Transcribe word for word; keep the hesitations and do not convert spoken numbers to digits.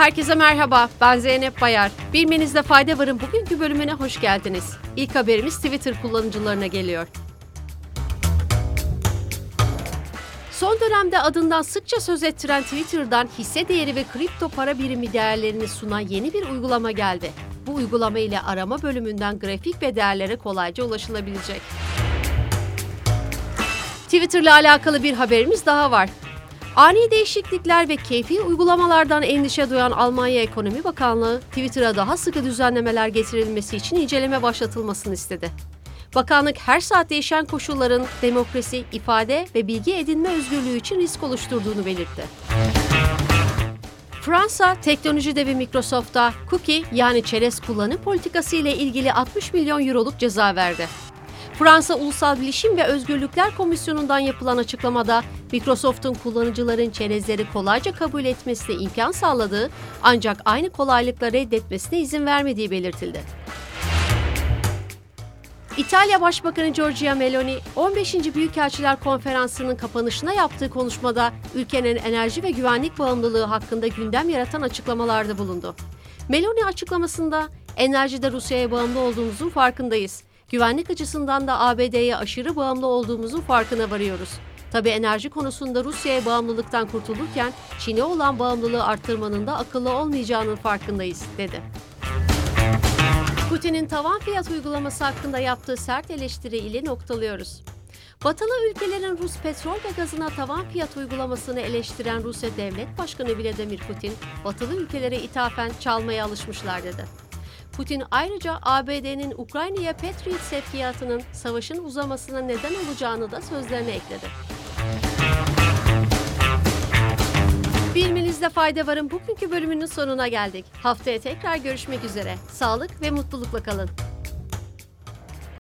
Herkese merhaba, ben Zeynep Bayar. Bilmenizde fayda varın bugünkü bölümüne hoş geldiniz. İlk haberimiz Twitter kullanıcılarına geliyor. Son dönemde adından sıkça söz ettiren Twitter'dan hisse değeri ve kripto para birimi değerlerini sunan yeni bir uygulama geldi. Bu uygulama ile arama bölümünden grafik ve değerlere kolayca ulaşılabilecek. Twitter'la alakalı bir haberimiz daha var. Ani değişiklikler ve keyfi uygulamalardan endişe duyan Almanya Ekonomi Bakanlığı, Twitter'a daha sıkı düzenlemeler getirilmesi için inceleme başlatılmasını istedi. Bakanlık her saat değişen koşulların demokrasi, ifade ve bilgi edinme özgürlüğü için risk oluşturduğunu belirtti. Fransa, teknoloji devi Microsoft'a cookie yani çerez kullanım politikası ile ilgili altmış milyon euroluk ceza verdi. Fransa Ulusal Bilişim ve Özgürlükler Komisyonu'ndan yapılan açıklamada Microsoft'un kullanıcıların çerezleri kolayca kabul etmesine imkan sağladığı ancak aynı kolaylıkla reddetmesine izin vermediği belirtildi. İtalya Başbakanı Giorgia Meloni, on beşinci Büyükelçiler Konferansı'nın kapanışına yaptığı konuşmada ülkenin enerji ve güvenlik bağımlılığı hakkında gündem yaratan açıklamalarda bulundu. Meloni açıklamasında, enerjide Rusya'ya bağımlı olduğumuzun farkındayız. Güvenlik açısından da A B D'ye aşırı bağımlı olduğumuzun farkına varıyoruz. Tabii enerji konusunda Rusya'ya bağımlılıktan kurtulurken Çin'e olan bağımlılığı arttırmanın da akıllı olmayacağının farkındayız, dedi. Putin'in tavan fiyat uygulaması hakkında yaptığı sert eleştiri ile noktalıyoruz. Batılı ülkelerin Rus petrol ve gazına tavan fiyat uygulamasını eleştiren Rusya Devlet Başkanı Vladimir Putin, Batılı ülkelere ithafen çalmaya alışmışlar dedi. Putin ayrıca A B D'nin Ukrayna'ya Patriot sevkiyatının savaşın uzamasına neden olacağını da sözlerine ekledi. Bilmenizde fayda varın bugünkü bölümünün sonuna geldik. Haftaya tekrar görüşmek üzere. Sağlık ve mutlulukla kalın.